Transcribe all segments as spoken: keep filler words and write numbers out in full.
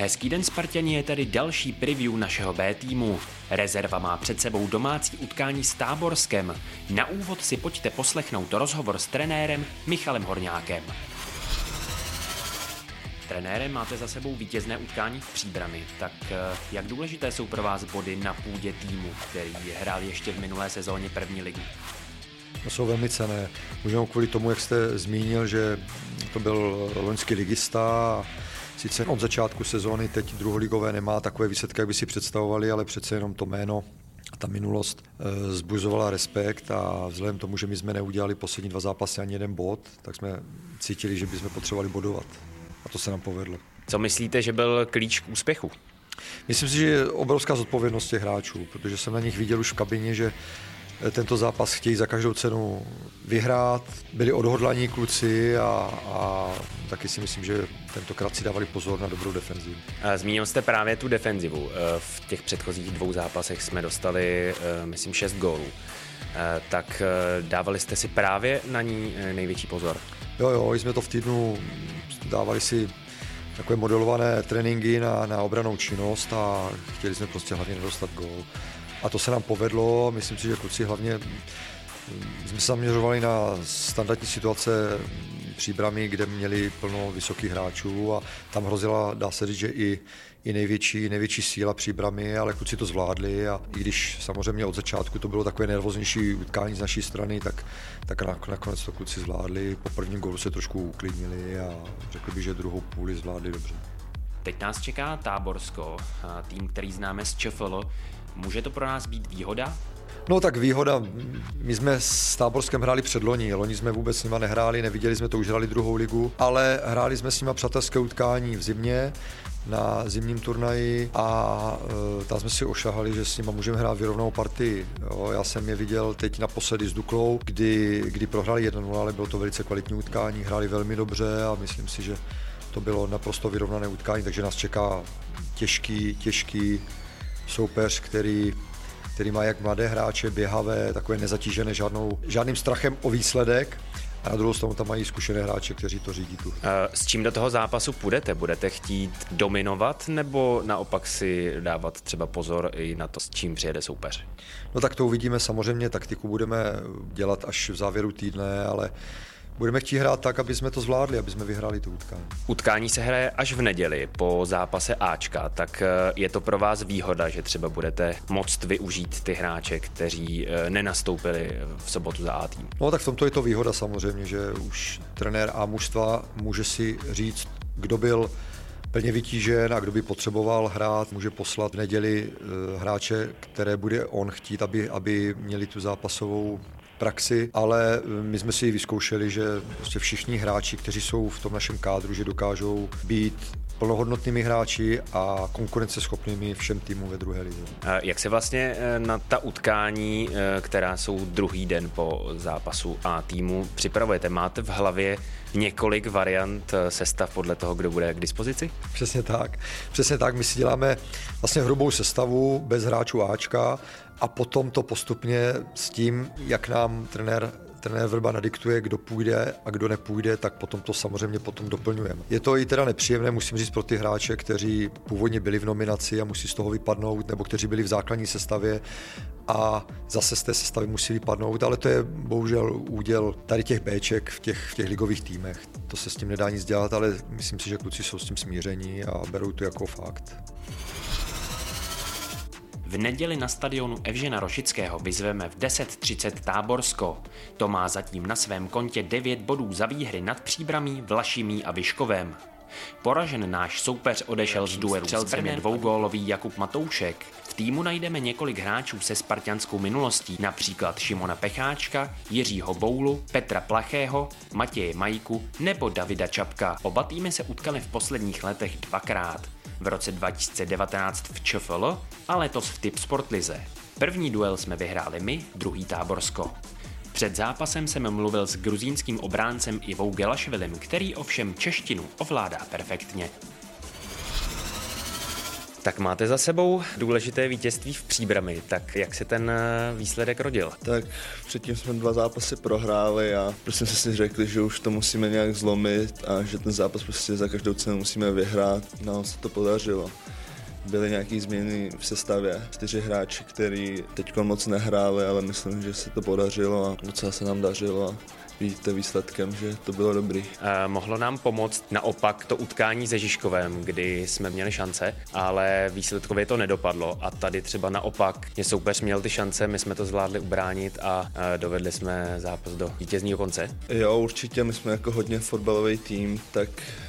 Hezký den, Spartani, je tady další preview našeho B týmu. Rezerva má před sebou domácí utkání s Táborskem. Na úvod si pojďte poslechnout rozhovor s trenérem Michalem Horňákem. Trenérem, máte za sebou vítězné utkání v Příbrami, tak jak důležité jsou pro vás body na půdě týmu, který hrál ještě v minulé sezóně první ligu? To jsou velmi cenné. Můžeme kvůli tomu, jak jste zmínil, že to byl loňský ligista. Sice od začátku sezóny teď druholigové nemá takové výsledky, jak by si představovali, ale přece jenom to jméno, ta minulost zbuzovala respekt a vzhledem tomu, že my jsme neudělali poslední dva zápasy ani jeden bod, tak jsme cítili, že bychom potřebovali bodovat. A to se nám povedlo. Co myslíte, že byl klíč k úspěchu? Myslím si, že je obrovská zodpovědnost těch hráčů, protože jsem na nich viděl už v kabině, že tento zápas chtějí za každou cenu vyhrát. Byli odhodlaní kluci a, a taky si myslím, že tentokrát si dávali pozor na dobrou defenzivu. Zmínil jste právě tu defenzivu. V těch předchozích dvou zápasech jsme dostali, myslím, šest gólů. Tak dávali jste si právě na ní největší pozor? Jo, jo, jsme to v týdnu dávali si takové modelované tréninky na, na obrannou činnost a chtěli jsme prostě hlavně nedostat gól. A to se nám povedlo, myslím si, že kluci hlavně jsme se zaměřovali na standardní situace Příbrami, kde měli plno vysokých hráčů a tam hrozila, dá se říct, že i, i největší, největší síla Příbrami, ale kluci to zvládli a i když samozřejmě od začátku to bylo takové nervóznější utkání z naší strany, tak, tak nakonec to kluci zvládli. Po prvním gólu se trošku uklidnili a řekl bych, že druhou půli zvládli dobře. Teď nás čeká Táborsko, tým, který známe z ČFL. Může to pro nás být výhoda? No tak výhoda, my jsme s Táborskem hráli předloni, loni jsme vůbec s nima nehráli, neviděli jsme to, už hráli druhou ligu, ale hráli jsme s nima přátelské utkání v zimě, na zimním turnaji a e, tam jsme si ošahali, že s nima můžeme hrát vyrovnanou partii. Jo, já jsem je viděl teď naposledy s Duklou, kdy, kdy prohráli jedna nula, ale bylo to velice kvalitní utkání, hráli velmi dobře a myslím si, že to bylo naprosto vyrovnané utkání, takže nás čeká těžký, těžký soupeř, který, který má jak mladé hráče, běhavé, takové nezatížené žádnou, žádným strachem o výsledek. A na druhou stranu tam mají zkušené hráče, kteří to řídí tu. S čím do toho zápasu půjdete? Budete chtít dominovat nebo naopak si dávat třeba pozor i na to, s čím přijede soupeř? No tak to uvidíme, samozřejmě taktiku budeme dělat až v závěru týdne, ale budeme chtít hrát tak, aby jsme to zvládli, aby jsme vyhráli to utkání. Utkání se hraje až v neděli po zápase Ačka, tak je to pro vás výhoda, že třeba budete moct využít ty hráče, kteří nenastoupili v sobotu za A tým? No tak v tomto je to výhoda samozřejmě, že už trenér A mužstva může si říct, kdo byl plně vytížen a kdo by potřeboval hrát, může poslat v neděli hráče, které bude on chtít, aby, aby měli tu zápasovou praxi, ale my jsme si vyzkoušeli, že prostě všichni hráči, kteří jsou v tom našem kádru, že dokážou být plnohodnotnými hráči a konkurenceschopnými všem týmům ve druhé lize. Jak se vlastně na ta utkání, která jsou druhý den po zápasu A týmu, připravujete? Máte v hlavě několik variant sestav podle toho, kdo bude k dispozici? Přesně tak. Přesně tak. My si děláme vlastně hrubou sestavu bez hráčů Ačka a potom to postupně s tím, jak nám trenér trenér Vrba nadiktuje, kdo půjde a kdo nepůjde, tak potom to samozřejmě potom doplňujeme. Je to i teda nepříjemné, musím říct, pro ty hráče, kteří původně byli v nominaci a musí z toho vypadnout, nebo kteří byli v základní sestavě a zase z té sestavy musí vypadnout, ale to je bohužel úděl tady těch Béček v těch, v těch ligových týmech. To se s tím nedá nic dělat, ale myslím si, že kluci jsou s tím smíření a berou to jako fakt. V neděli na stadionu Evžena Rošického vyzveme v deset třicet Táborsko. To má zatím na svém kontě devět bodů za výhry nad Příbramí, Vlašimí a Vyškovem. Poražen náš soupeř odešel z duelu s Brnem dvougólový Jakub Matoušek. V týmu najdeme několik hráčů se spartanskou minulostí, například Šimona Pecháčka, Jiřího Boulu, Petra Plachého, Matěje Majku nebo Davida Čapka. Oba týmy se utkaly v posledních letech dvakrát. V roce dva tisíce devatenáct v ČFL a letos v Tipsport lize. První duel jsme vyhráli my, druhý Táborsko. Před zápasem jsem mluvil s gruzínským obráncem Ivou Gelašvilim, který ovšem češtinu ovládá perfektně. Tak máte za sebou důležité vítězství v Příbrami, tak jak se ten výsledek rodil? Tak předtím jsme dva zápasy prohráli a prostě jsme si řekli, že už to musíme nějak zlomit a že ten zápas prostě za každou cenu musíme vyhrát. No, se to podařilo. Byly nějaké změny v sestavě, čtyři hráči, kteří teď moc nehráli, ale myslím, že se to podařilo a docela se nám dařilo. A vidíte výsledkem, že to bylo dobrý. Eh, mohlo nám pomoct naopak to utkání se Žižkovem, kdy jsme měli šance, ale výsledkově to nedopadlo a tady třeba naopak je soupeř měl ty šance, my jsme to zvládli ubránit a eh, dovedli jsme zápas do vítězního konce. Jo, určitě, my jsme jako hodně fotbalový tým, tak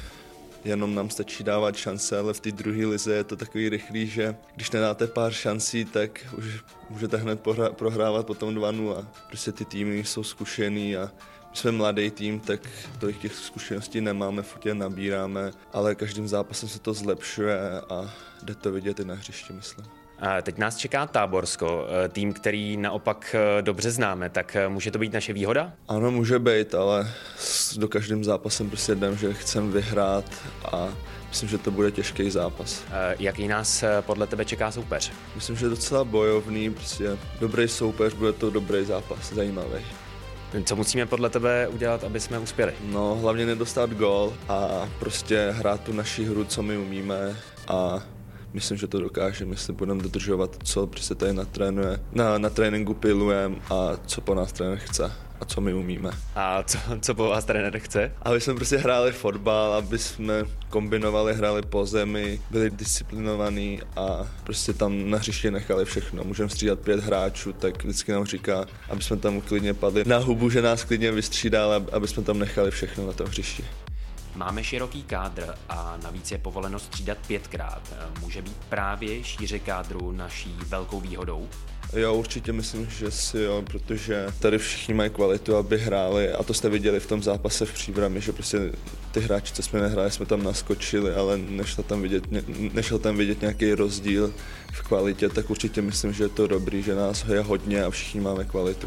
jenom nám stačí dávat šance, ale v té druhé lize je to takový rychlý, že když nedáte pár šancí, tak už můžete hned pohra- prohrávat potom dva nula. Prostě ty týmy jsou zkušený a my jsme mladý tým, tak tolik těch zkušeností nemáme, furt je nabíráme, ale každým zápasem se to zlepšuje a jde to vidět i na hřišti, myslím. A teď nás čeká Táborsko, tým, který naopak dobře známe, tak může to být naše výhoda? Ano, může být, ale do každým zápasem prostě jdem, že chcem vyhrát a myslím, že to bude těžký zápas. Jaký nás podle tebe čeká soupeř? Myslím, že docela bojovný, prostě dobrý soupeř, bude to dobrý zápas, zajímavý. Co musíme podle tebe udělat, aby jsme uspěli? No, hlavně nedostat gól a prostě hrát tu naši hru, co my umíme a myslím, že to dokážeme, jestli budeme dodržovat, co prostě tady na, trénuje, na, na tréninku pilujeme a co po nás trenér chce a co my umíme. A co, co po vás trenér chce? Aby jsme prostě hráli fotbal, aby jsme kombinovali, hráli po zemi, byli disciplinovaní a prostě tam na hřišti nechali všechno. Můžeme střídat pět hráčů, tak vždycky nám říká, aby jsme tam klidně padli na hubu, že nás klidně vystřídali, aby jsme tam nechali všechno na tom hřišti. Máme široký kádr a navíc je povoleno střídat pětkrát. Může být právě šíře kádru naší velkou výhodou? Jo, určitě myslím, že si jo, protože tady všichni mají kvalitu, aby hráli a to jste viděli v tom zápase v Příbrami, že prostě ty hráči, co jsme nehráli, jsme tam naskočili, ale nešel tam vidět, nešel tam vidět nějaký rozdíl v kvalitě, tak určitě myslím, že je to dobrý, že nás je hodně a všichni máme kvalitu.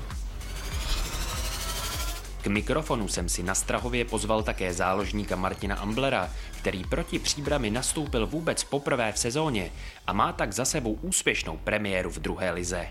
K mikrofonu jsem si na Strahově pozval také záložníka Martina Amblera, který proti Příbrami nastoupil vůbec poprvé v sezóně a má tak za sebou úspěšnou premiéru v druhé lize.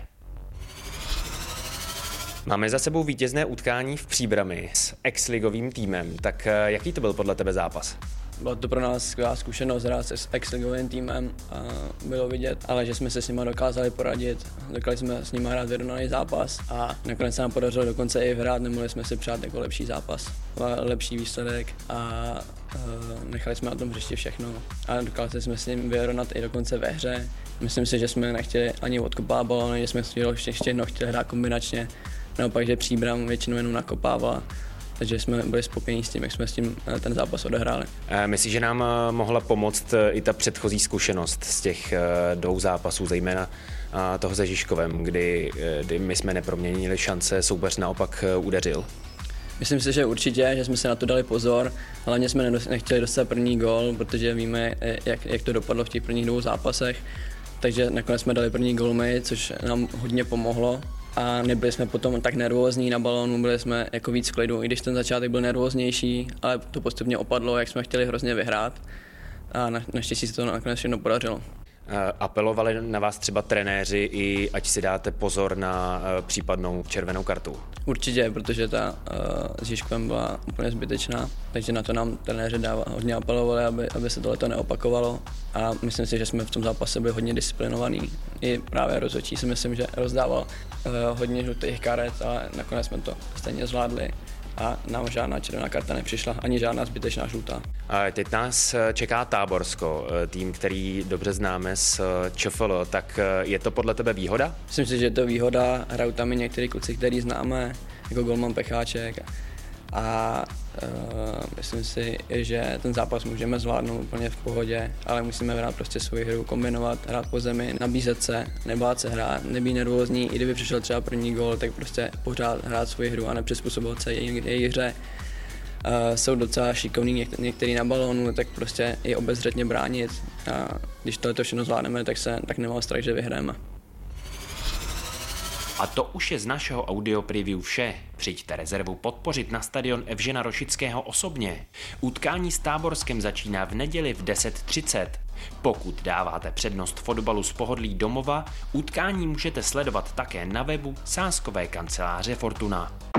Máme za sebou vítězné utkání v Příbrami s exligovým týmem, tak jaký to byl podle tebe zápas? Byla to pro nás skvělá zkušenost hrát se s exligovým týmem a bylo vidět, ale že jsme se s nimi dokázali poradit, dokázali jsme s nimi hrát vyrovnaný zápas a nakonec se nám podařilo dokonce i hrát, nemohli jsme si přát jako lepší zápas, lepší výsledek a uh, nechali jsme na tom hřišti všechno a dokázali jsme s ním vyrovnat i dokonce ve hře. Myslím si, že jsme nechtěli ani odkopávat balony, že jsme chtěli ještě jednou chtěli hrát kombinačně, naopak, že Příbram většinou jenom nakopával. Takže jsme byli spokojení s tím, jak jsme s tím ten zápas odehráli. Myslíš, že nám mohla pomoct i ta předchozí zkušenost z těch dvou zápasů, zejména toho se Žižkovem, kdy, kdy my jsme neproměnili šance, soupeř naopak udeřil? Myslím si, že určitě, že jsme se na to dali pozor, hlavně jsme nechtěli dostat první gól, protože víme, jak, jak to dopadlo v těch prvních dvou zápasech. Takže nakonec jsme dali první gól my, což nám hodně pomohlo. A nebyli jsme potom tak nervózní na balónu, byli jsme jako víc v klidu, i když ten začátek byl nervóznější, ale to postupně opadlo, jak jsme chtěli hrozně vyhrát a na, naštěstí se to nakonec všechno podařilo. Apelovali na vás třeba trenéři i ať si dáte pozor na případnou červenou kartu? Určitě, protože ta uh, s Žižkovem byla úplně zbytečná, takže na to nám trenéři dává, hodně apelovali, aby, aby se tohleto neopakovalo a myslím si, že jsme v tom zápase byli hodně disciplinovaní. I právě rozhodčí si myslím, že rozdával uh, hodně žlutých karet, ale nakonec jsme to stejně zvládli a nám žádná červená karta nepřišla, ani žádná zbytečná žlutá. Teď nás čeká Táborsko, tým, který dobře známe z ČFL, tak je to podle tebe výhoda? Myslím si, že je to výhoda, hrajou tam i některý kluci, který známe, jako golman Pecháček a uh, myslím si, že ten zápas můžeme zvládnout úplně v pohodě, ale musíme hrát prostě svoji hru, kombinovat, hrát po zemi, nabízet se, nebát se hrát, nebýt nervózní, i kdyby přišel třeba první gól, tak prostě pořád hrát svoji hru a nepřizpůsobovat se její, její hře. Uh, jsou docela šikovní něk- některý na balónu, tak prostě i obezřetně bránit a když tohle všechno zvládneme, tak, se, tak nemám strach, že vyhrajeme. A to už je z našeho audio preview vše. Přijďte rezervu podpořit na stadion Evžena Rošického osobně. Utkání s Táborskem začíná v neděli v deset třicet. Pokud dáváte přednost fotbalu z pohodlí domova, utkání můžete sledovat také na webu sázkové kanceláře Fortuna.